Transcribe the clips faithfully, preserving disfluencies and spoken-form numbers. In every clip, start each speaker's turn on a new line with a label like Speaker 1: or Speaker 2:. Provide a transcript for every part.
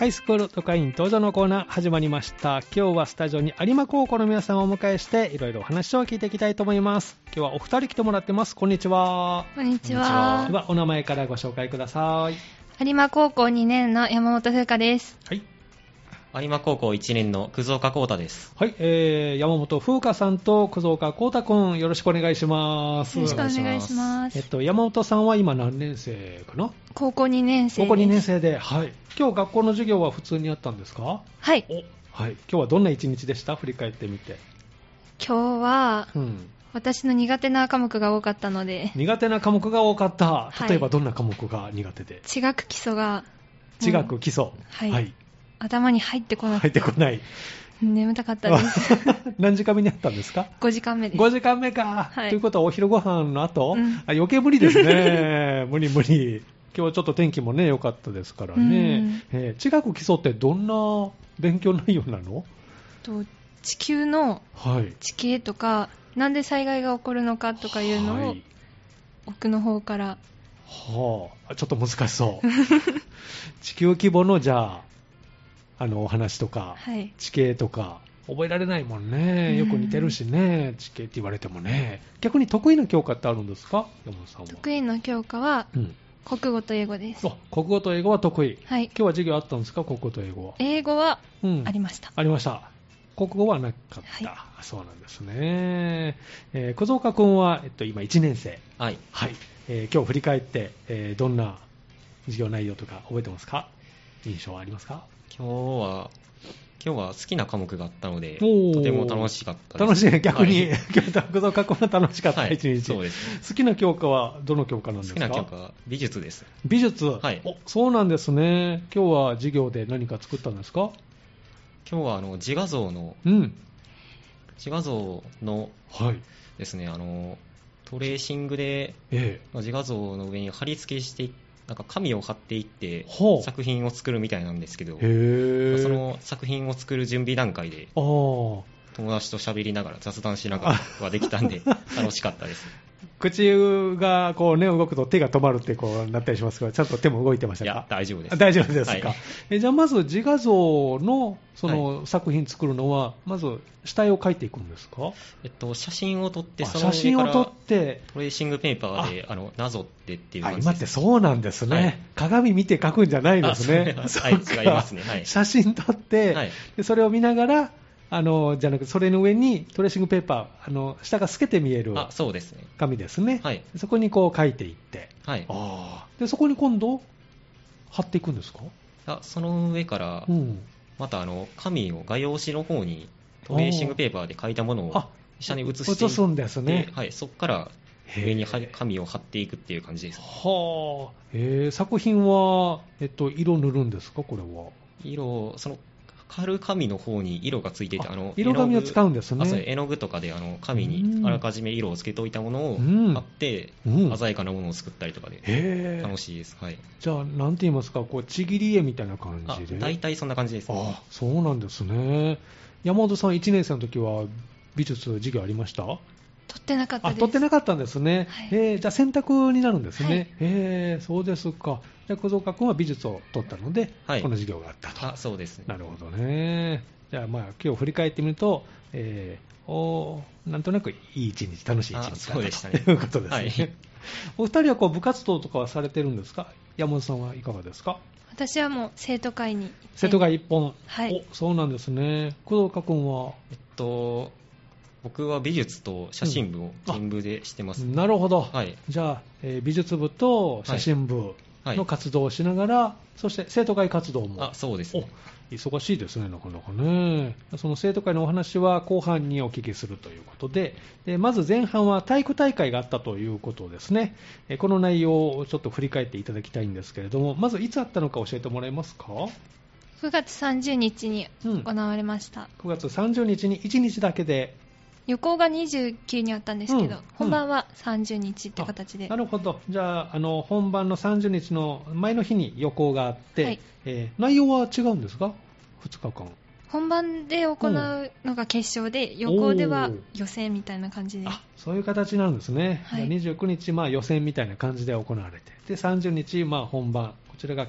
Speaker 1: ハイスクール特派員登場のコーナー始まりました。今日はスタジオに有馬高校の皆さんをお迎えしていろいろお話を聞いていきたいと思います。今日はお二人来てもらってます。こんにちは。
Speaker 2: こんにちは。
Speaker 1: ではお名前からご紹介ください。
Speaker 2: 有馬高校にねんの山本風花です。
Speaker 1: はい。
Speaker 3: 有馬高校いちねんの葛岡幸太です。
Speaker 1: はい、えー、山本風花さんと葛岡幸太くん、よろしくお願いします。
Speaker 2: よろしくお願いします。
Speaker 1: えっと、山本さんは今何年生かな？
Speaker 2: 高校にねん生です。
Speaker 1: 高校にねん生で、はい。今日学校の授業は普通にあったんですか？
Speaker 2: はい。
Speaker 1: お、はい。今日はどんな一日でした？振り返ってみて。
Speaker 2: 今日は、
Speaker 1: うん、
Speaker 2: 私の苦手な科目が多かったので。
Speaker 1: 苦手な科目が多かった。例えばどんな科目が苦手で？はい、
Speaker 2: 地学基礎が。
Speaker 1: 地学基礎。
Speaker 2: はい。はい、頭に入ってこなくて。
Speaker 1: 入ってこない。
Speaker 2: 眠たかったです。
Speaker 1: 何時間目にあったんですか？
Speaker 2: ごじかんめです。
Speaker 1: ごじかんめか。はい、ということはお昼ご飯の後、うん、あ余計無理ですね。無理無理。今日ちょっと天気もね良かったですからね。えー、地学基礎ってどんな勉強内容なの？
Speaker 2: と地球の地形とか、はい、なんで災害が起こるのかとかいうのを、はい、奥の方から。
Speaker 1: はあ、ちょっと難しそう。地球規模のじゃああのお話とか、はい、地形とか覚えられないもんね。よく似てるしね、地形って言われてもね。逆に得意な教科ってあるんですか？山本さんは。
Speaker 2: 得意な教科は、うん、国語と英語です。
Speaker 1: 国語と英語は得意、
Speaker 2: はい、
Speaker 1: 今日は授業あったんですか？国語と英語は。
Speaker 2: 英語は、うん、ありました。
Speaker 1: ありました。国語はなかった、はい、そうなんですね。えー、小僧岡君は、えっと、今いちねん生。
Speaker 3: はい、
Speaker 1: はい。えー、今日振り返って、えー、どんな授業内容とか覚えてますか？印象はありますか？
Speaker 3: 今日は今日は好きな科目があったのでとても楽しかったです。
Speaker 1: 楽しい。逆に、はい、今日小僧岡君は楽しかった、はい、一日。
Speaker 3: そうです、ね、
Speaker 1: 好きな教科はどの教科なんですか？
Speaker 3: 好きな教科は美術です。
Speaker 1: 美術、
Speaker 3: はい、
Speaker 1: おそうなんですね。今日は授業で何か作ったんですか？
Speaker 3: 今日はあの自画像の、
Speaker 1: うん、
Speaker 3: 自画像のですね、はい、あのトレーシングで、ええ、自画像の上に貼り付けしていってなんか紙を貼っていって作品を作るみたいなんですけど、その作品を作る準備段階で友達と喋りながら雑談しながらはできたんで楽しかったです。
Speaker 1: 口がこう、ね、動くと手が止まるってこうなったりしますが、ちゃんと手も動いてましたか？
Speaker 3: いや大丈夫です。
Speaker 1: 大丈夫ですか？はい、えじゃあまず自画像の、その、
Speaker 3: はい、
Speaker 1: 作品作るのはまず下絵を描いていくんですか？
Speaker 3: えっと、写真を撮ってそ
Speaker 1: の上からトレ
Speaker 3: ーシングペーパーであのなぞってっていう感じです。
Speaker 1: 今ってそうなんですね、はい、鏡見て描くんじゃないですね。
Speaker 3: はい、違いますね、はい、
Speaker 1: 写真撮って、はい、でそれを見ながらあのじゃなくてそれの上にトレーシングペーパーあの下が透けて見える
Speaker 3: あそうですね
Speaker 1: 紙ですね、
Speaker 3: はい、
Speaker 1: そこにこう書いていって、
Speaker 3: はい、
Speaker 1: あでそこに今度貼っていくんですか？
Speaker 3: あその上から、うん、またあの紙を画用紙の方にトレーシングペーパーで書いたものを下に写していって、
Speaker 1: 写すんですね、
Speaker 3: はい、そこから上に紙を貼っていくっていう感じです。
Speaker 1: はあ、えー、作品は、えっと、色塗るんですか？これは
Speaker 3: 色その貼る紙の方に色がついていて、あの
Speaker 1: 色紙を使うんですね。
Speaker 3: あそう絵の具とかであの紙にあらかじめ色をつけておいたものを貼って、うん、鮮やかなものを作ったりとかで楽しいです、はい、
Speaker 1: じゃあなんて言いますか、こうちぎり絵みたいな感じで。
Speaker 3: 大体そんな感じです、ね、
Speaker 1: あそうなんですね。山本さんいちねん生の時は美術授業ありました？
Speaker 2: 取ってなかったです。
Speaker 1: あ取ってなかったんですね、はい、えー、じゃあ選択になるんですね、はい、えー、そうですか。じゃあ小僧岡君は美術を取ったので、はい、この授業があったと。
Speaker 3: あそうですね。
Speaker 1: なるほどね。じゃあまあ今日振り返ってみると、えー、おなんとなくいい一日、楽しい一日だった
Speaker 3: そうでしたね
Speaker 1: ということですね、はい、お二人はこう部活動とかはされてるんですか？山本さんはいかがですか？
Speaker 2: 私はもう生徒会に
Speaker 1: 生徒会一本、
Speaker 2: はい、
Speaker 1: おそうなんですね。小僧岡君は
Speaker 3: えっと僕は美術と写真部を兼部でしてます、うん、
Speaker 1: なるほど、
Speaker 3: はい、
Speaker 1: じゃあ、えー、美術部と写真部の活動をしながら、はいはい、そして生徒会活動も。
Speaker 3: あそうですね。
Speaker 1: お忙しいですね、なかなかね。その生徒会のお話は後半にお聞きするということで、でまず前半は体育大会があったということですね。えこの内容をちょっと振り返っていただきたいんですけれども、まずいつあったのか教えてもらえますか？
Speaker 2: くがつさんじゅうにちに行われました、
Speaker 1: うん、くがつさんじゅうにちにいちにちだけで。
Speaker 2: 予行がにじゅうくにちにあったんですけど、うん、本番はさんじゅうにちって形で。
Speaker 1: なるほど。じゃあ、あの本番のさんじゅうにちの前の日に予行があって、はい、えー、内容は違うんですか？ふつかかん
Speaker 2: 本番で行うのが決勝で、うん、予行では予選みたいな感じで。
Speaker 1: あそういう形なんですね、
Speaker 2: はい、
Speaker 1: にじゅうくにち、まあ、予選みたいな感じで行われて、でさんじゅうにち、まあ、本番、こちらが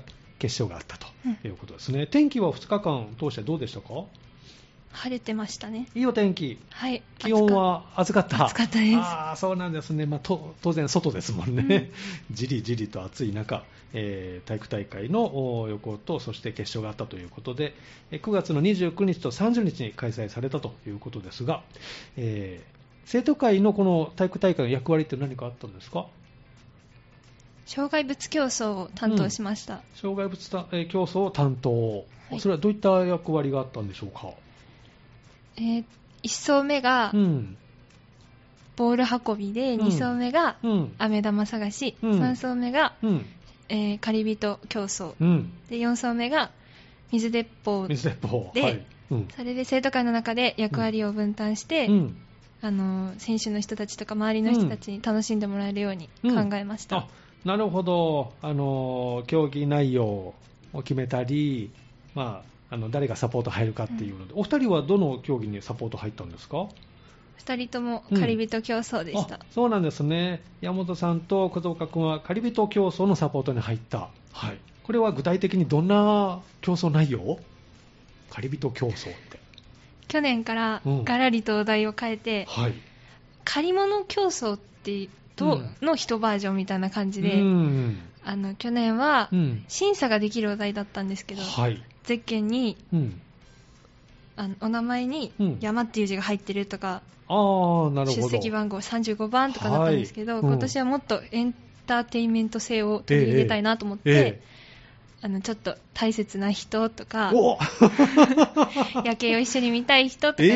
Speaker 1: 決勝があったということですね、うん、天気はふつかかん通してどうでしたか？
Speaker 2: 晴れてましたね。
Speaker 1: いいお天気。
Speaker 2: はい。
Speaker 1: 気温は暑かった。
Speaker 2: 暑かったです。
Speaker 1: ああ、そうなんですね。まあ、と当然外ですもんね。うん、じりじりと暑い中、えー、体育大会の予行とそして決勝があったということで、くがつのにじゅうくにちとさんじゅうにちに開催されたということですが、えー、生徒会のこの体育大会の役割って何かあったんですか？
Speaker 2: 障害物競争を担当しました。うん、
Speaker 1: 障害物た、えー、競争を担当、はい、それはどういった役割があったんでしょうか？
Speaker 2: えー、いっそうめがボール運びで、うん、にそうめが飴玉探し、うん、さんそうめが、うんえー、借り人競争、うん、でよんそうめが水鉄砲で、
Speaker 1: 水鉄砲、はいうん、
Speaker 2: それで生徒会の中で役割を分担して、うん、あの選手の人たちとか周りの人たちに楽しんでもらえるように考えました。
Speaker 1: うんうん、あ、なるほど。あの競技内容を決めたり、まああの誰がサポート入るかっていうので、うん、お二人はどの競技にサポート入ったんですか？
Speaker 2: 二人とも借り人競争でした。うん、
Speaker 1: そうなんですね。山本さんと小塚君は借り人競争のサポートに入った。はい。これは具体的にどんな競争内容？借り人競争って。
Speaker 2: 去年からガラリとお題を変えて、うんはい、借り物競争ってとの一バージョンみたいな感じで、うん、あの去年は審査ができるお題だったんですけど、はい、ゼッケンに、うん、あのお名前に山っていう字が入ってるとか、
Speaker 1: うん、あなるほど、
Speaker 2: 出席番号さんじゅうごばんとかだったんですけど、はいうん、今年はもっとエンターテインメント性を取り入れたいなと思って、えーえー、あのちょっと大切な人とか夜景を一緒に見たい人とか言って、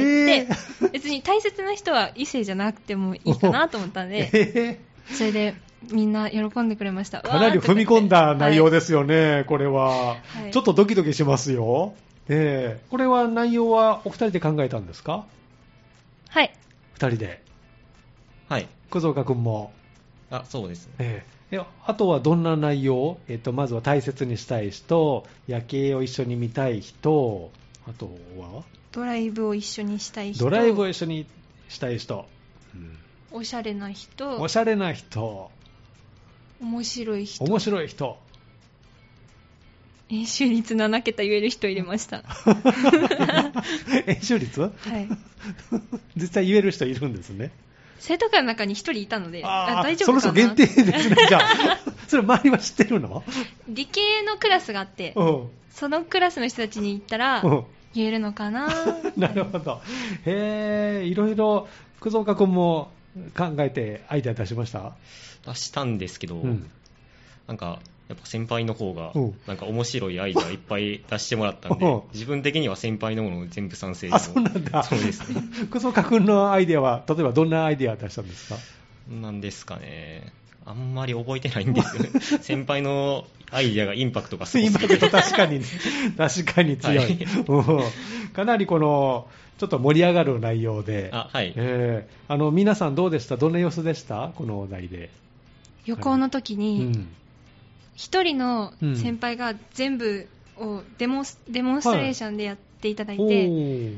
Speaker 2: えー、別に大切な人は異性じゃなくてもいいかなと思ったんで、えー、それでみんな喜んでくれました。
Speaker 1: かなり踏み込んだ内容ですよね、はい、これは、はい、ちょっとドキドキしますよ、えー、これは内容はお二人で考えたんですか？
Speaker 2: はい、
Speaker 1: 二人で。
Speaker 3: はい、
Speaker 1: 小塚君も。
Speaker 3: あ、そうです、
Speaker 1: えー、あとはどんな内容？えー、とまずは大切にしたい人、夜景を一緒に見たい人、あとは
Speaker 2: ドライブを一緒にしたい人、
Speaker 1: ドライブを一緒にしたい人、
Speaker 2: うん、おしゃれな人、
Speaker 1: おしゃれな人、
Speaker 2: 面白い人、
Speaker 1: 面白い人、
Speaker 2: 円周率ななけた言える人入れました。
Speaker 1: 円周率？はい。実際言える人いるんですね。
Speaker 2: 生徒会の中に一人いたので、ああ大丈夫かな。
Speaker 1: そろそろ限定ですね。じゃあ、それ周りは知ってるの？
Speaker 2: 理系のクラスがあって、うん、そのクラスの人たちに言ったら、うん、言えるのかな。
Speaker 1: なるほど。へえ、いろいろ葛岡君も考えてアイデア出しました？
Speaker 3: 出したんですけど、うん、なんかやっぱ先輩の方がなんか面白いアイデアいっぱい出してもらったんで、自分的には先輩のものを全部賛成。
Speaker 1: あ、そうなんだ。
Speaker 3: そうですね。
Speaker 1: 葛岡君のアイデアは例えばどんなアイデア出したんですか？
Speaker 3: なんですかね、あんまり覚えてないんですよね。先輩のアイデアがインパクトがすごい。インパクト
Speaker 1: 確かに、ね、確かに強い、はい、かなりこのちょっと盛り上がる内容で、
Speaker 3: あ、はい、
Speaker 1: えー、あの皆さんどうでした？どんな様子でした？このお題で。
Speaker 2: 旅行の時に、うん一人の先輩が全部をデモンス、デモンストレーションでやっていただいて、はい、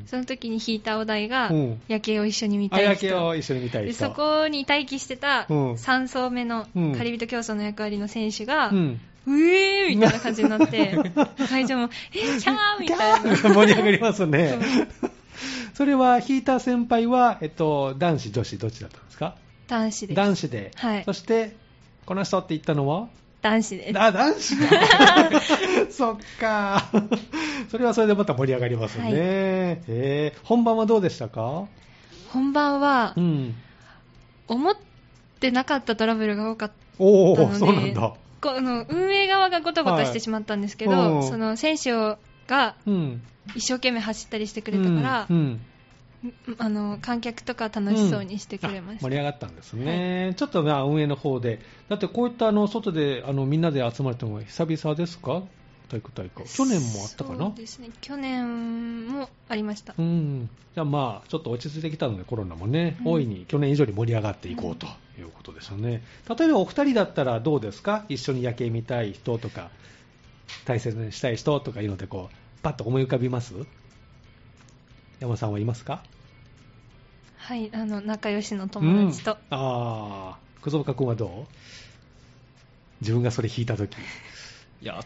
Speaker 2: その時に引いたお題が夜景を一緒に見たい人、
Speaker 1: 夜景を一緒に見たい人で、
Speaker 2: そこに待機してたさんそうめの借り人競争の役割の選手が、うん、うえーみたいな感じになって会場もえキャーみたいな
Speaker 1: 盛り上がりますね。それは引いた先輩は、えっと、男子女子どっちだったんですか？
Speaker 2: 男子です。
Speaker 1: 男子で、
Speaker 2: はい、
Speaker 1: そしてこの人って言ったのは
Speaker 2: 男子です。
Speaker 1: あ、男子か。そっか。それはそれでまた盛り上がりますね。はい、えー、本番はどうでしたか？
Speaker 2: 本番は、うん、思ってなかったトラブルが多かったので、おー、そうなんだ。この運営側がごたごたしてしまったんですけど、はい、その選手が一生懸命走ったりしてくれたから、うんうんあの観客とか楽しそうにしてくれました、
Speaker 1: うん、盛り上がったんですね、はい、ちょっと、まあ、運営の方でだってこういったあの外であのみんなで集まれたのは久々ですか？体育大会去年もあったかな？
Speaker 2: そうですね、去年もありました。
Speaker 1: うん、じゃあまあちょっと落ち着いてきたのでコロナもね、うん、大いに去年以上に盛り上がっていこうということですよね、うん、例えばお二人だったらどうですか？一緒に夜景見たい人とか大切にしたい人とかいうのでこうパッと思い浮かびます？山さんはいますか？
Speaker 2: はい、あの仲良しの友達と、うん、あ
Speaker 1: あ、葛岡君はどう？自分がそれ弾いたとき。
Speaker 3: いや、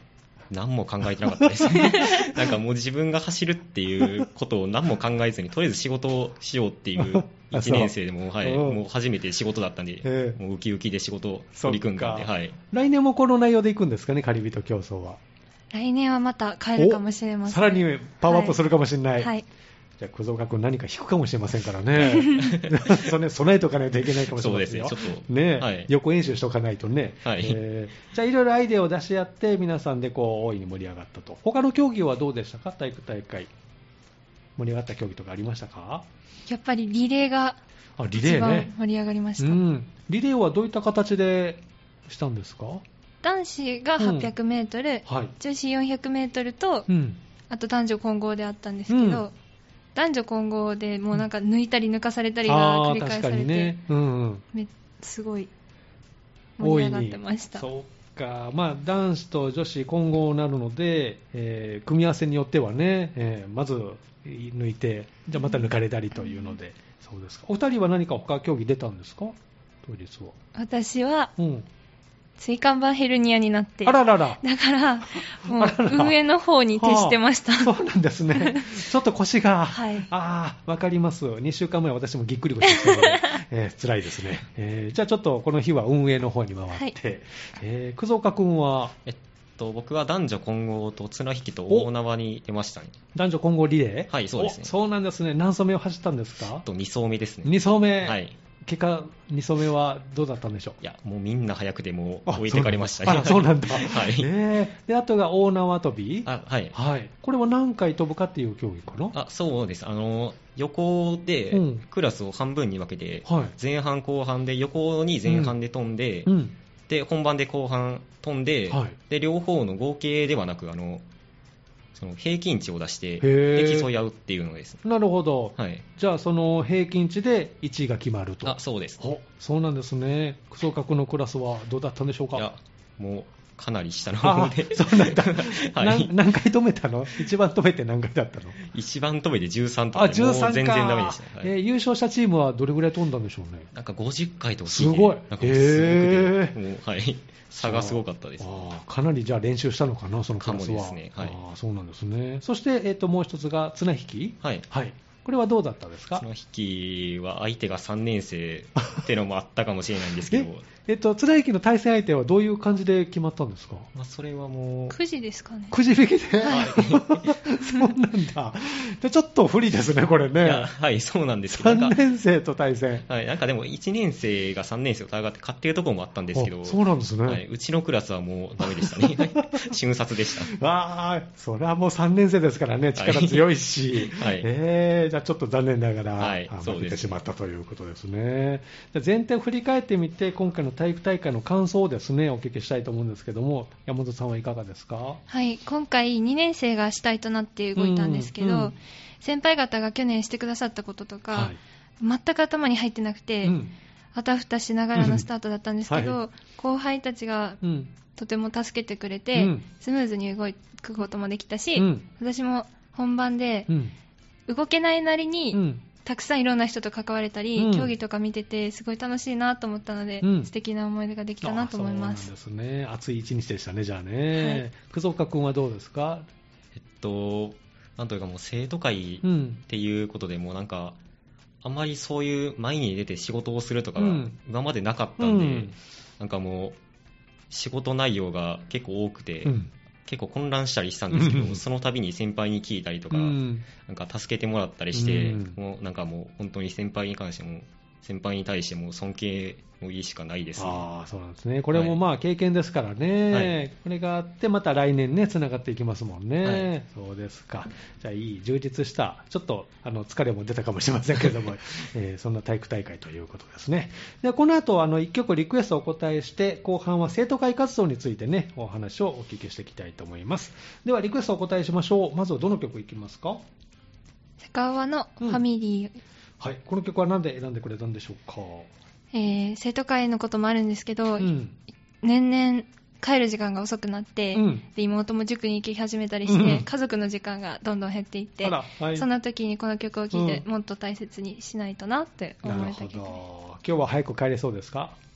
Speaker 3: 何も考えてなかったですね。なんかもう自分が走るっていうことを何も考えずに、とりあえず仕事をしようっていういちねん生でも、はい、もう初めて仕事だったんで、えー、もうウキウキで仕事を取り組んだんで、はい、
Speaker 1: 来年もこの内容でいくんですかね、借り人競争は。
Speaker 2: 来年はまた変えるかもしれません。
Speaker 1: さらにパワーアップするかもしれない。
Speaker 2: はいはい、
Speaker 1: じゃあ、葛岡君何か引くかもしれませんからね。それ備えておかないといけないかもしれませんよ。
Speaker 3: そうですね、ちょっと。
Speaker 1: ね、
Speaker 3: はい、
Speaker 1: 予行演習しておかないとね。はい、えー、じゃあ、いろいろアイデアを出し合って、皆さんでこう大いに盛り上がったと。他の競技はどうでしたか、体育大会。盛り上がった競技とかありましたか？
Speaker 2: やっぱりリレーが一番盛り上がりました。
Speaker 1: あ、リレーね。うん。リレーはどういった形でしたんですか？
Speaker 2: 男子がはっぴゃくメートル、うん、はい、女子よんひゃくメートルと、うん、あと男女混合であったんですけど、うん、男女混合でもうなんか抜いたり抜かされたりが繰り返されて、ね、うんうん、すごい盛り上がってました。
Speaker 1: そうか、まあ、男子と女子混合になるので、えー、組み合わせによってはね、えー、まず抜いて、じゃあまた抜かれたりというので、そうですか。お二人は何か他競技出たんですか？当日は。
Speaker 2: 私は、うん、椎間板ヘルニアになって、
Speaker 1: あららら、
Speaker 2: だからもう運営の方に徹してました。
Speaker 1: はあ、そうなんですね。ちょっと腰が、はい、ああ、わかります。にしゅうかんまえ私もぎっくり腰して、えー、辛いですね。えー、じゃあちょっとこの日は運営の方に回って、はい、えー、葛岡君は、
Speaker 3: えっと僕は男女混合と綱引きと大縄に出ましたね。
Speaker 1: 男女混合リレー？
Speaker 3: はい、そうですね。
Speaker 1: そうなんですね。何走目を走ったんですか？
Speaker 3: とに走目ですね。
Speaker 1: に走目。
Speaker 3: はい。
Speaker 1: 結果、に走目はどうだったんでしょう？
Speaker 3: いや、もうみんな早くてもう置いてかれましたね。
Speaker 1: あ、そうなんだ。はい。えー、で、あとが大縄跳び。
Speaker 3: あ、はい。
Speaker 1: はい。これは何回飛ぶかっていう競技かな？
Speaker 3: あ、そうです。あの、横でクラスを半分に分けて、うん、前半後半で横に前半で飛んで、うんうん、で、本番で後半飛んで、はい、で、両方の合計ではなく、あの、その平均値を出してで競い合うっていうのです。
Speaker 1: なるほど、はい、じゃあその平均値でいちいが決まると。
Speaker 3: あ、そうです。
Speaker 1: お、そうなんですね。葛岡君のクラスはどうだったんでしょうか？
Speaker 3: いや、もうかなり下の方で。
Speaker 1: そうなんだ、はい、何, 何回止めたの？一番止めて何回だったの？
Speaker 3: 一番止めてじゅうさんとかで、もう全然ダメでした、はい。
Speaker 1: えー、優勝したチームはどれぐらい飛んだんでしょうね？
Speaker 3: なんかごじゅっかいとか
Speaker 1: 聞いて、すごい。
Speaker 3: なんかすごくて、えー、もう、はい、差がすごかったです。
Speaker 1: あ、かなりじゃあ練習したのかな、そのクラスは。
Speaker 3: かもですね。はい、
Speaker 1: あ、そうなんですね。そして、えー、ともう一つが綱引き。はい、はい、これはどうだったですか？
Speaker 3: 綱引きは相手がさんねん生っていうのもあったかもしれないんですけど
Speaker 1: え、えっと、綱引きの対戦相手はどういう感じで決まったんですか？
Speaker 3: まあ、それはもう
Speaker 2: くじですかね。
Speaker 1: くじ引きで、はい、そうなんだ。で、ちょっと不利ですね、これね。
Speaker 3: いや、はい、そうなんですけど、
Speaker 1: さんねん生と対戦。
Speaker 3: はい、なんかでもいちねん生がさんねん生を戦って勝っているところもあったんですけど、
Speaker 1: そうなんですね、
Speaker 3: はい、うちのクラスはもうダメでしたね。瞬殺でした。
Speaker 1: ああ、それはもうさんねん生ですからね、力強いし、はい、えー、じゃあちょっと残念ながら、はい、負けてしまったということですね。じゃあ全体を振り返ってみて、今回の体育大会の感想をですね、お聞きしたいと思うんですけども、山本さんはいかがですか？
Speaker 2: はい、今回にねん生が主体となって動いたんですけど、うんうん、先輩方が去年してくださったこととか、はい、全く頭に入ってなくて、うん、あたふたしながらのスタートだったんですけど、はい、後輩たちがとても助けてくれて、うん、スムーズに動くこともできたし、うん、私も本番で動けないなりに、うん、たくさんいろんな人と関われたり、うん、競技とか見ててすごい楽しいなと思ったので、うん、素敵な思い出ができたなと思います。
Speaker 1: そうなんですね。暑い一日でしたね、じゃあね。葛岡君はどうですか？
Speaker 3: えっとなんというかもう生徒会っていうことで、もうなんかあんまりそういう前に出て仕事をするとかが今までなかったんで、うん、なんかもう仕事内容が結構多くて、うん、結構混乱したりしたんですけど、うん、その度に先輩に聞いたりとか、うん、なんか助けてもらったりして、うん、もうなんかもう本当に先輩に関しても先輩に対しても尊敬の意しかないですね。
Speaker 1: ああ、そうなんですね。これもまあ経験ですからね、はい、これがあってまた来年ねつながっていきますもんね、はい、そうですか。じゃあいい充実したちょっとあの疲れも出たかもしれませんけれども、えー、そんな体育大会ということですね。でこの後あのいっきょくリクエストをお答えして後半は生徒会活動についてねお話をお聞きしていきたいと思います。ではリクエストをお答えしましょう。まずはどの曲いきますか？
Speaker 2: セカオワのファミリー、うん、
Speaker 1: はい、この曲は何で選んでくれたんでしょうか？
Speaker 2: えー、生徒会のこともあるんですけど、うん、年々帰る時間が遅くなって、うん、で妹も塾に行き始めたりして、うん、家族の時間がどんどん減っていって、はい、そんな時にこの曲を聴いて、うん、もっと大切にしないとなって思えた曲です。
Speaker 1: なるほど。今日は早く帰れそうですか？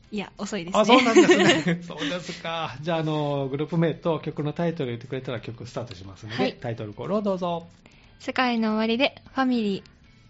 Speaker 2: いや遅いですね。
Speaker 1: あ、そうなんですね。そうですか。じゃあ、あのグループ名と曲のタイトル言ってくれたら曲スタートしますので、はい、タイトルコールをどうぞ。
Speaker 2: 世界の終わりでファミリー。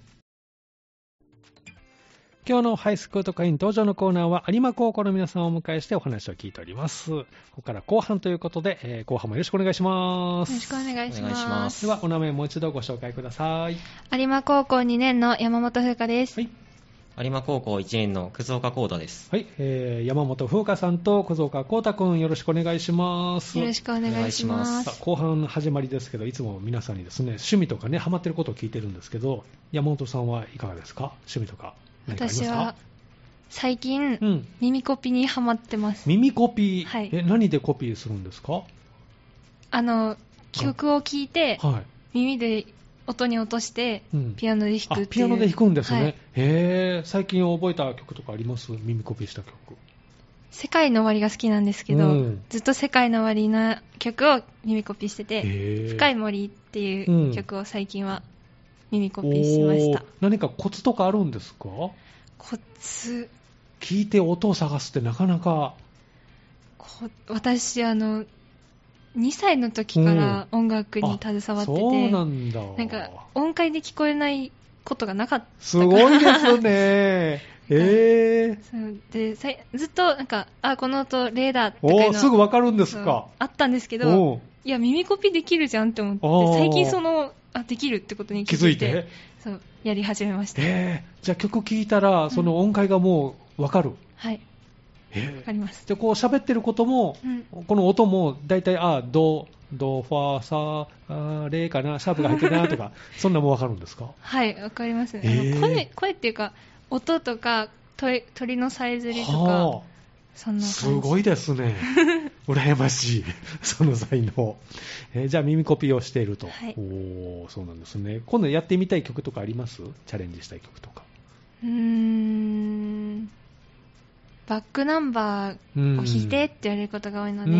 Speaker 1: 今日のハイスクート会員登場のコーナーは有馬高校の皆さんをお迎えしてお話を聞いております。ここから後半ということで、えー、後半もよろしくお願いします。
Speaker 2: よろしくお願いします。
Speaker 1: ではお名前もう一度ご紹介ください。
Speaker 2: 有馬高校にねんの山本風花です。
Speaker 1: はい。
Speaker 3: 有馬高校いちねんの葛岡幸太です。
Speaker 1: はい、えー、山本風花さんと葛岡幸太くん、よろしくお願いします。
Speaker 2: よろしくお願いします。
Speaker 1: 後半始まりですけど、いつも皆さんにですね、趣味とかね、ハマってることを聞いてるんですけど、山本さんはいかがですか？趣味とか何かありますか？
Speaker 2: 私は最近、うん、耳コピにハマってます。
Speaker 1: 耳コピ、
Speaker 2: はい、
Speaker 1: え、何でコピーするんですか？
Speaker 2: あの曲を聴いて、はい、耳で音に落として、うん、ピアノで弾くっていう。あ、
Speaker 1: ピアノで弾くんですね。はい、へー、最近覚えた曲とかあります？耳コピーした曲。
Speaker 2: 世界の終わりが好きなんですけど、うん、ずっと世界の終わりな曲を耳コピーしてて、深い森っていう曲を最近は耳コピーしました。
Speaker 1: 何かコツとかあるんですか？
Speaker 2: コツ、
Speaker 1: 聞いて音を探すってなかなか。
Speaker 2: こ私あのにさいの時から音楽に携わってて、うん、
Speaker 1: そうなんだ。
Speaker 2: なんか音階で聞こえないことがなかったから。
Speaker 1: すごいですね。えー、
Speaker 2: そうでずっとなんか、あ、この音レーダーとかいうの
Speaker 1: すぐ分かるんですか？
Speaker 2: あったんですけど、いや耳コピできるじゃんって思って、最近そのあできるってことに気づいて、気づいてそうやり始めました。
Speaker 1: えー、じゃあ曲聴いたらその音階がもう分かる？うん、
Speaker 2: はい、えー、分かります。
Speaker 1: でこう喋ってることも、うん、この音もだいたいあドドファサあレかな、シャープが入ってるなとかそんなも分かるんですか？
Speaker 2: はい、分かりますね。えー、あの 声, 声っていうか音とか鳥, 鳥のさえずりとか、はあ、そんな感じ。
Speaker 1: すごいですね。羨ましいその才能。えー、じゃあ耳コピーをしていると。
Speaker 2: はい、
Speaker 1: おそうなんですね。今度やってみたい曲とかあります？チャレンジしたい曲とか。
Speaker 2: うーんバックナンバーを弾いてって言われることが多いので、うん、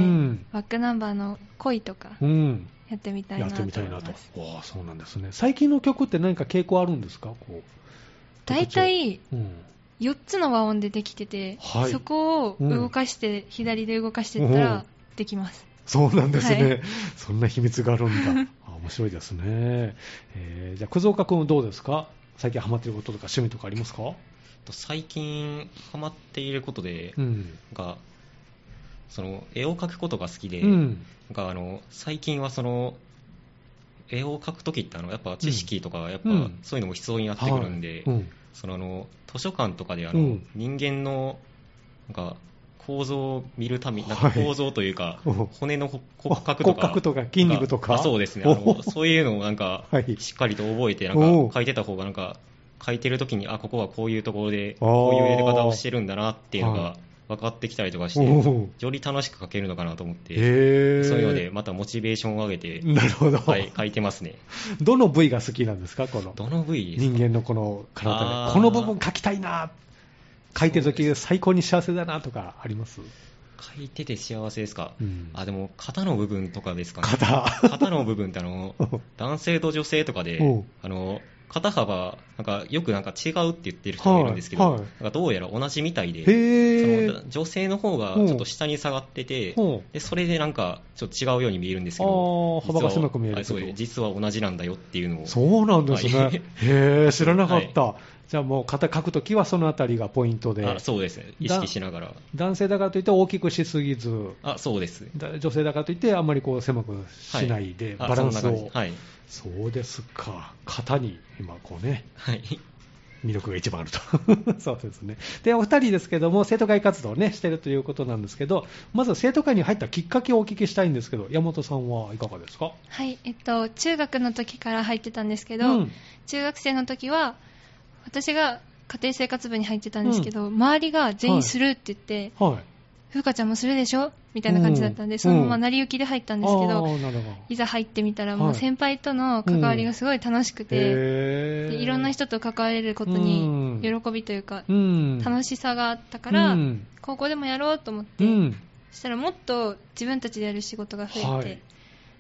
Speaker 2: バックナンバーの恋とかやってみたいなと思います。やってみたいなと。
Speaker 1: おそうなんですね。最近の曲って何か傾向あるんですか？こう
Speaker 2: 大体、うんよっつの和音でできてて、はい、そこを動かして、うん、左で動かしていったらできます。
Speaker 1: そうなんですね、はい、そんな秘密があるんだ。あ面白いですね。えー、じゃあ葛岡君はどうですか？最近ハマっていることとか趣味とかありますか？
Speaker 3: 最近ハマっていることで、うん、がその絵を描くことが好きで、うん、があの最近はその絵を描くときってあのやっぱ知識とかやっぱそういうのも必要になってくるんで、うんはいうん、そのあの図書館とかであの、うん、人間のなんか構造を見るために、なんか構造というか、はい、骨の骨格とか、
Speaker 1: 骨格とか筋肉とか、
Speaker 3: あそうですね、あのそういうのをなんか、はい、しっかりと覚えてなんか書いてた方がなんか書いてるときに、あここはこういうところでこういうやり方をしてるんだなっていうのが分かってきたりとかして、より楽しく書けるのかなと思って、そういうのでまたモチベーションを上げて、
Speaker 1: なるほど、
Speaker 3: はい、書いてますね。
Speaker 1: どの部位が好きなんですか？この
Speaker 3: どの部位ですか？
Speaker 1: 人間のこの体でこの部分書きたいな、書いてるとき最高に幸せだなとかあります？
Speaker 3: 書いてて幸せですか？うん、あでも肩の部分とかですかね。
Speaker 1: 肩
Speaker 3: 肩の部分ってあの男性と女性とかであの肩幅なんかよくなんか違うって言ってる人がいるんですけど、はいはい、なんかどうやら同じみたいで、その女性の方がちょっと下に下がってて、でそれでなんかちょっと違うように見えるんですけど、
Speaker 1: 幅が狭く見えるけど、
Speaker 3: そう実は同じなんだよっていうのを。
Speaker 1: そうなんですね、はい、へー知らなかった、はい、じゃあもう肩書くときはそのあたりがポイントで。
Speaker 3: あそうですね、意識しながら。
Speaker 1: 男性だからといって大きくしすぎず、
Speaker 3: あそうです。
Speaker 1: 女性だからといってあんまりこう狭くしないで、はい、バランスを。
Speaker 3: はい、
Speaker 1: そうですか。肩に今こうね、
Speaker 3: はい、
Speaker 1: 魅力が一番あるとそうですね。でお二人ですけども生徒会活動をねしているということなんですけど、まず生徒会に入ったきっかけをお聞きしたいんですけど、山本さんはいかがですか？
Speaker 2: はい、えっと中学の時から入ってたんですけど、うん、中学生の時は私が家庭生活部に入ってたんですけど、うん、周りが全員するって言って、はいはい、風花ちゃんもするでしょみたいな感じだったんで、うん、そのまま成り行きで入ったんですけど、うん、いざ入ってみたらもう先輩との関わりがすごい楽しくて、はい、でいろんな人と関われることに喜びというか、うん、楽しさがあったから、うん、高校でもやろうと思って、うん、そしたらもっと自分たちでやる仕事が増えて、はい、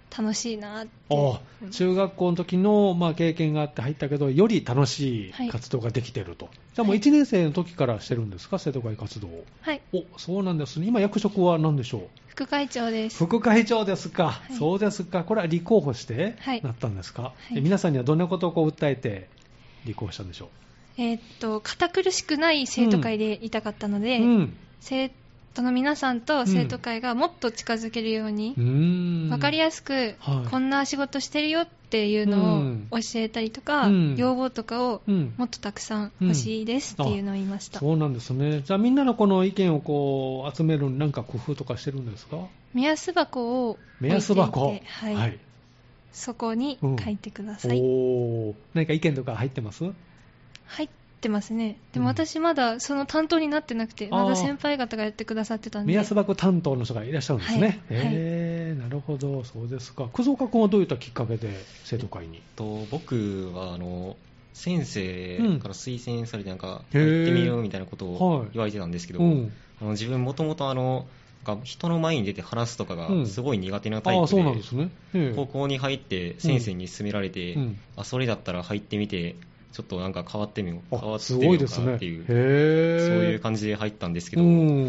Speaker 2: 楽しいなって。
Speaker 1: ああ、中学校の時のまあ経験があって入ったけど、より楽しい活動ができていると、はい、じゃあもういちねん生の時からしてるんですか、生徒会活動を。
Speaker 2: はい。
Speaker 1: お、そうなんですね。今役職は何でしょう。
Speaker 2: 副会長です。
Speaker 1: 副会長ですか、はい、そうですか。これは立候補して
Speaker 2: はい
Speaker 1: なったんですか、はい、
Speaker 2: え
Speaker 1: 皆さんにはどんなことをこう訴えて立候補したんでしょう。
Speaker 2: えー、っと堅苦しくない生徒会でいたかったので、
Speaker 1: うんうん、
Speaker 2: 生徒の皆さんと生徒会がもっと近づけるように、うん、分かりやすく、はい、こんな仕事してるよっていうのを教えたりとか、うん、要望とかをもっとたくさん欲しいですっていうのを言いました、
Speaker 1: うん、そうなんですね。じゃあみんなのこの意見をこう集めるなんか工夫とかしてるんですか。
Speaker 2: 目安箱を置いていて、
Speaker 1: 目安箱、
Speaker 2: はいはい、そこに書いてください、
Speaker 1: うん、お何か意見とか入ってます。
Speaker 2: 入ってますね。でも私まだその担当になってなくて、まだ先輩方がやってくださってたんで。
Speaker 1: 目安箱担当の人がいらっしゃるんですね、はい、えーはい、なるほど、そうですか。葛岡君はどういったきっかけで生徒会に。えっ
Speaker 3: と、僕はあの先生から推薦されてなんか入ってみようみたいなことを言われてたんですけど、はいうん、あの自分もともとあの人の前に出て話すとかがすごい苦手なタイプで、うん、あ、そうなんですね、高校に入って先生に勧められて、うん、あそれだったら入ってみてちょっとなんか変わってみよう、変わってみようかっていう、ね、そういう感じで入ったんですけど、うん、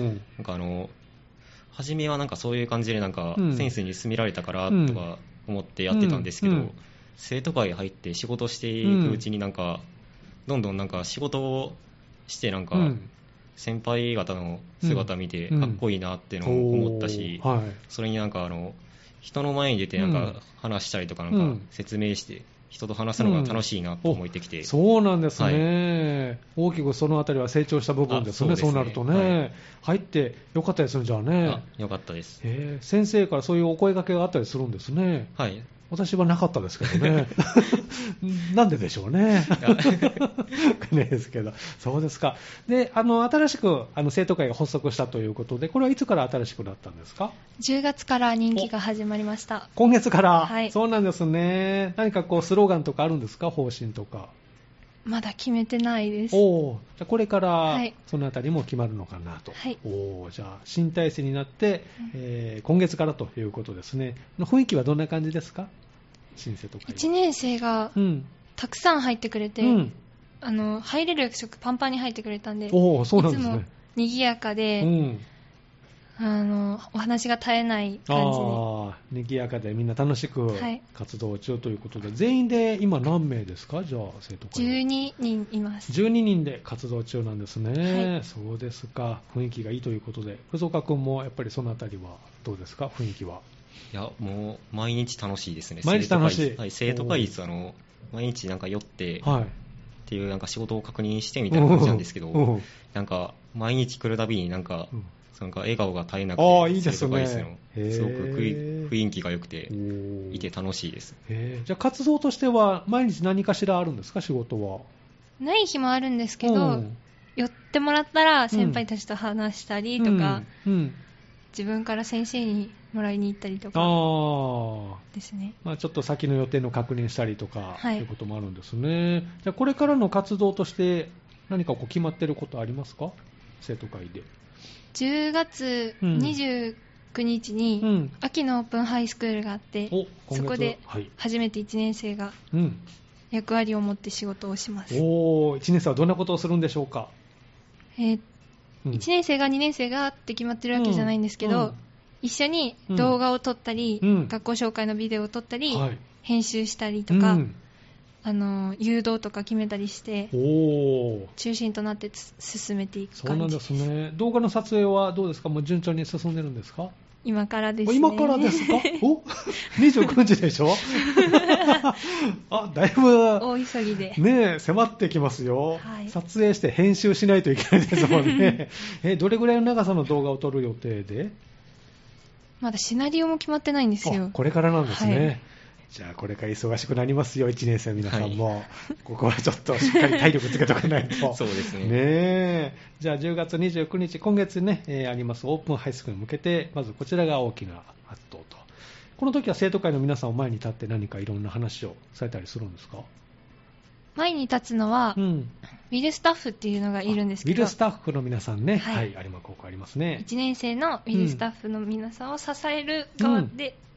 Speaker 3: なんかあの初めはなんかそういう感じでなんか先生に勧められたからとか思ってやってたんですけど、うんうん、生徒会入って仕事していくうちになんかどんどんなんか仕事をしてなんか先輩方の姿見てかっこいいなっていうのを思ったし、うんはい、それになんかあの人の前に出てなんか話したりとかなんか説明して人と話すのが楽しいなと思ってきて、うん、
Speaker 1: そうなんですね、はい、大きくそのあたりは成長した部分です ね, そうですね。そうなるとね、はい、入ってよかったですね。じゃあね。
Speaker 3: あ、よかったです、
Speaker 1: えー、先生からそういうお声掛けがあったりするんですね。
Speaker 3: はい、
Speaker 1: 私はなかったですけどねなんででしょうねねですけど。そうですか。で、あの新しくあの生徒会が発足したということで、これはいつから新しくなったんですか。
Speaker 2: じゅうがつから任期が始まりました。
Speaker 1: 今月から、
Speaker 2: はい、
Speaker 1: そうなんですね。何かこうスローガンとかあるんですか、方針とか。
Speaker 2: まだ決めてないです。
Speaker 1: おじゃあこれからそのあたりも決まるのかなと、はい、おじゃあ新体制になって、うんえー、今月からということですね。雰囲気はどんな感じですか。新生とかい
Speaker 2: ちねん生がたくさん入ってくれて、うん、あの入れる職パンパンに入ってくれたんで、
Speaker 1: おそうなんですね、
Speaker 2: いつも賑やかで、うんあのお話が絶えない感じに。
Speaker 1: あ賑やかでみんな楽しく活動中ということで、はい、全員で今何名ですか。じゃあ生徒会
Speaker 2: じゅうににんいます。
Speaker 1: じゅうににんで活動中なんですね、
Speaker 2: はい、
Speaker 1: そうですか。雰囲気がいいということで、葛岡君もやっぱりそのあたりはどうですか、雰囲気は。
Speaker 3: いやもう毎日楽しいですね。
Speaker 1: 毎日楽しい。
Speaker 3: はい、生徒会室あの毎日なんか寄って、はい、っていうなんか仕事を確認してみたいな感じなんですけど、なんか毎日来るたびになんか、うんなんか笑顔が絶えなくて、
Speaker 1: あいいですね、
Speaker 3: すごく雰囲気が良くていて楽しいです。
Speaker 1: へじゃあ活動としては毎日何かしらあるんですか、仕事は。
Speaker 2: ない日もあるんですけど、うん、寄ってもらったら先輩たちと話したりとか、うんうん、自分から先生にもらいに行ったりとかですね。
Speaker 1: まあ、ちょっと先の予定の確認したりとか、はい、ということもあるんですね。じゃあこれからの活動として何かこう決まっていることありますか、生徒会で。
Speaker 2: じゅうがつにじゅうくにちに秋のオープンハイスクールがあって、うん、そこで初めていちねん生が役割を持って仕事をします。
Speaker 1: おいちねん生はどんなことをするんでしょうか。
Speaker 2: えーうん、いちねん生がにねん生がって決まってるわけじゃないんですけど、うんうん、一緒に動画を撮ったり、うん、学校紹介のビデオを撮ったり、はい、編集したりとか、うんあの誘導とか決めたりしてお中心となって進めていく感じです。
Speaker 1: そうなんですね。動画の撮影はどうですか。もう順調に進んでるんですか。
Speaker 2: 今からですね。
Speaker 1: 今からですか。おにじゅうくにちでしょあだいぶ
Speaker 2: 大急ぎで
Speaker 1: ね迫ってきますよ、はい、撮影して編集しないといけないですもんねえどれぐらいの長さの動画を撮る予定で。
Speaker 2: まだシナリオも決まってないんですよ。
Speaker 1: これからなんですね、はいじゃあこれから忙しくなりますよ、いちねん生の皆さんも、はい、ここはちょっとしっかり体力つけておかないと
Speaker 3: そうですね。
Speaker 1: ねえじゃあじゅうがつにじゅうくにち今月ね、えー、ありますオープンハイスクールに向けてまずこちらが大きな発動と。この時は生徒会の皆さんを前に立って何かいろんな話をされたりするんですか。
Speaker 2: 前に立つのは、うん、ウィルスタッフっていうのがいるんですけど、
Speaker 1: ウィルスタッフの皆さんね、はい、はい、有馬高校ありますね。
Speaker 2: いちねん生のウィルスタッフの皆さんを支える側で、うん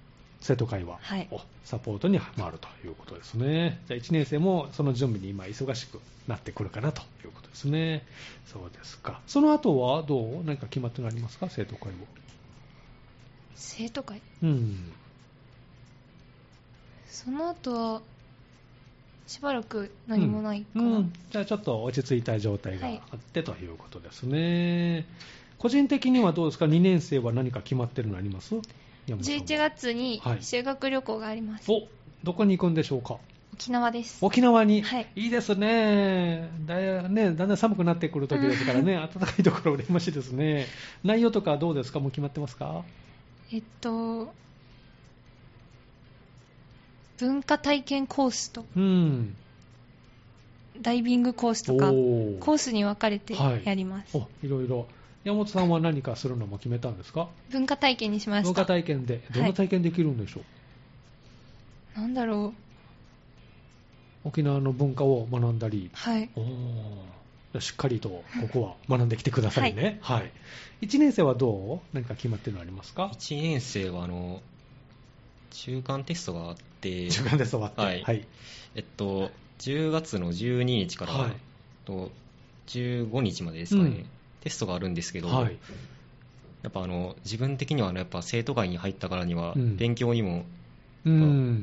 Speaker 1: 生徒会は、はい、サポートに回るということですね。じゃあいちねん生もその準備に今忙しくなってくるかなということですね。そうですか。その後はどう何か決まってありますか、生徒会は。
Speaker 2: 生徒会、
Speaker 1: うん、
Speaker 2: その後はしばらく何もないかな、うんうん、
Speaker 1: じゃあちょっと落ち着いた状態があってということですね、はい、個人的にはどうですか、にねん生は何か決まってるのあります？
Speaker 2: じゅういちがつに修学旅行があります、
Speaker 1: はい、お、どこに行くんでしょうか？
Speaker 2: 沖縄です。
Speaker 1: 沖縄に、
Speaker 2: はい、
Speaker 1: いいですね。だ、ね、だんだん寒くなってくる時ですからね、暖かいところ羨ましいですね。内容とかどうですか？もう決まってますか？
Speaker 2: えっと文化体験コースと、うん、ダイビングコースとかコースに分かれてやります、
Speaker 1: はい、お、いろいろ。山本さんは何かするのも決めたんですか？
Speaker 2: 文化体験にしました。
Speaker 1: 文化体験でどんな体験できるんでしょう？
Speaker 2: はい、なんだろ
Speaker 1: う、沖縄の文化を学んだり、
Speaker 2: はい、
Speaker 1: お、しっかりとここは学んできてくださいね、はいはい、いちねん生はどう？何か決まってるのありますか？
Speaker 3: いちねん生はあの中間テストがあって
Speaker 1: 中間テストがあって、
Speaker 3: はいはい、えっと、じゅうがつのじゅうににちから、はい、とじゅうごにちまでですかね、うん、テストがあるんですけど、はい、やっぱあの自分的には、ね、やっぱ生徒会に入ったからには、うん、勉強にも、うん、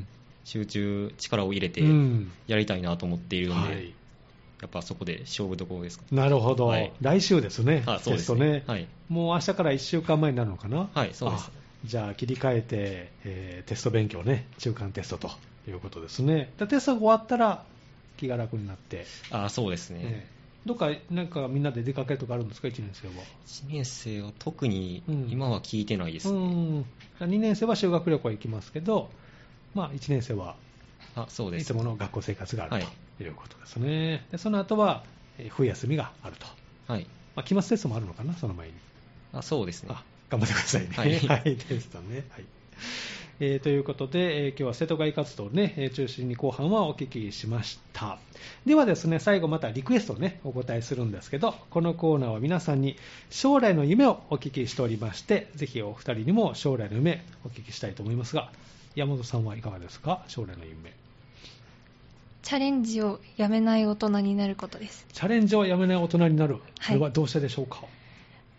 Speaker 3: 集中力を入れてやりたいなと思っているので、うん、はい、やっぱそこで勝負どころですか。
Speaker 1: なるほど、はい、来週ですね、
Speaker 3: あ、そうですね、
Speaker 1: テストね、はい、もう明日からいっしゅうかんまえになるのかな。
Speaker 3: はい、そうです。
Speaker 1: じゃあ切り替えて、えー、テスト勉強ね、中間テストということですね。でテストが終わったら気が楽になって。
Speaker 3: あ、そうですね、
Speaker 1: えー、どっかなんかみんなで出かけるとかあるんですか？いちねん生は。い
Speaker 3: ちねん生は特に今は聞いてないですね、
Speaker 1: うんうん、にねん生は修学旅行行きますけど、まあ、いちねん生は
Speaker 3: あ、そうです、
Speaker 1: いつもの学校生活があるということですね、はい、でその後は、えー、冬休みがあると、はい、まあ、期末テストもあるのかな、その前に。
Speaker 3: あ、そうですね、
Speaker 1: あ、頑張ってくださいね。はい、はい、テストね。はい、えー、ということで、えー、今日は生徒会活動をね、えー、中心に後半はお聞きしました。ではですね、最後またリクエストをね、お答えするんですけど、このコーナーは皆さんに将来の夢をお聞きしておりまして、ぜひお二人にも将来の夢お聞きしたいと思いますが、山本さんはいかがですか？将来の夢。
Speaker 2: チャレンジをやめない大人になることです。
Speaker 1: チャレンジをやめない大人になる。それはどうしてでしょうか？はい、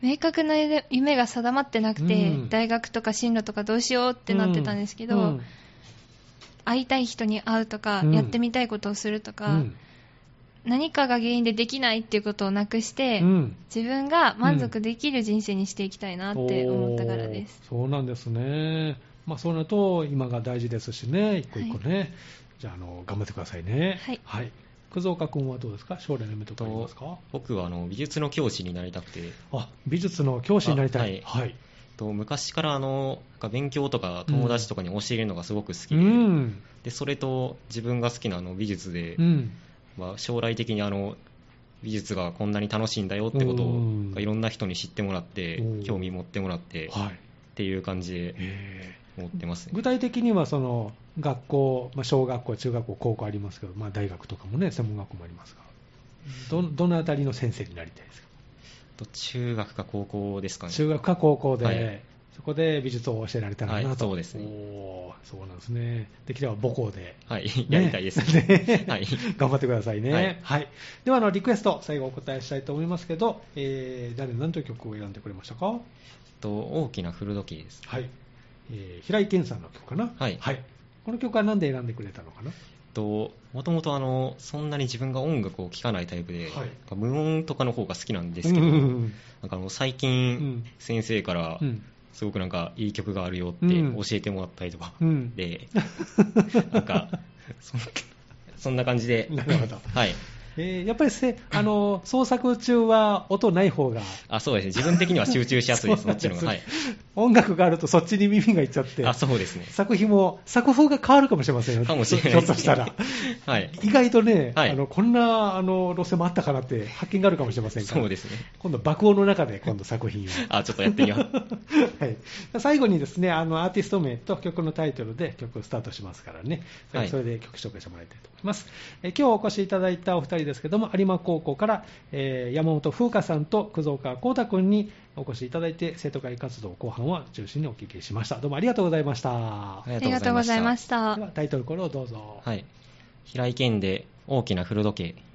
Speaker 2: 明確な夢が定まってなくて、うん、大学とか進路とかどうしようってなってたんですけど、うんうん、会いたい人に会うとか、うん、やってみたいことをするとか、うん、何かが原因でできないっていうことをなくして、うん、自分が満足できる人生にしていきたいなって思ったからです。
Speaker 1: うん、そうなんですね。まあ、そうなると今が大事ですしね、一個一個ね、はい、じゃあ、あの頑張ってくださいね。はい、はい、葛岡君はどうですか？将来の夢とかありますか？
Speaker 3: 僕はあの美術の教師になりたくて。
Speaker 1: あ、美術の教師になりたい。はい、はい、
Speaker 3: と昔からあの勉強とか友達とかに教えるのがすごく好きで、うん、でそれと自分が好きなあの美術で、うん、まあ、将来的にあの美術がこんなに楽しいんだよってことを、うん、いろんな人に知ってもらって興味持ってもらって、はい、っていう感じで思ってます、ね、
Speaker 1: 具体的にはその学校、まあ、小学校、中学校、高校ありますけど、まあ、大学とかもね、専門学校もありますが、ど、どのあたりの先生になりたいですか？
Speaker 3: 中学か高校ですかね。
Speaker 1: 中学か高校で、はい、そこで美術を教えられたらなと。
Speaker 3: はい、そうですね。
Speaker 1: お、そうなんですね。できれば母校で、
Speaker 3: はい、ね、やりたいですね。はい、
Speaker 1: 頑張ってくださいね。はい、はい、ではあのリクエスト最後お答えしたいと思いますけど、えー、誰何という曲を選んでくれましたか？
Speaker 3: と大きな古時計です。
Speaker 1: はい、えー、平井堅さんの曲かな。はい、はい、この曲は何で選んでくれたのかな？
Speaker 3: ともともとあのそんなに自分が音楽を聴かないタイプで、はい、無音とかの方が好きなんですけど、うんうんうん、なんかあの最近先生からすごくなんかいい曲があるよって教えてもらったりとか、うん、でなんか そ, そんな感じで。
Speaker 1: なるほど、
Speaker 3: はい、
Speaker 1: えー、やっぱりせあの創作中は音ない方が。
Speaker 3: あ、そうですね、自分的には集中しやすいです。そっちのが、はい、
Speaker 1: 音楽があるとそっちに耳がいっちゃって。
Speaker 3: あ、そうですね、
Speaker 1: 作品も作風が変わるかもしれませんよ。
Speaker 3: かもしれないです、ね、
Speaker 1: ひょっとしたら、はい、意外とね、はい、あのこんなあの路線もあったかなって発見があるかもしれませんから。
Speaker 3: そうですね、
Speaker 1: 今度爆音の中で今度作品を
Speaker 3: あ、ちょっとやってみよう、
Speaker 1: はい、最後にですね、あのアーティスト名と曲のタイトルで曲をスタートしますからね、はい、それで曲紹介してもらいたいと思います。え今日お越しいただいたお二人いですけども、有馬高校から、えー、山本風花さんと久蔵川光太君にお越しいただいて、生徒会活動後半は中心にお聞きしました。どうもありがとうございました。
Speaker 2: ありがとうございました。
Speaker 1: ではタイトルコールをどうぞ。
Speaker 3: はい。平井堅で大きな古時計。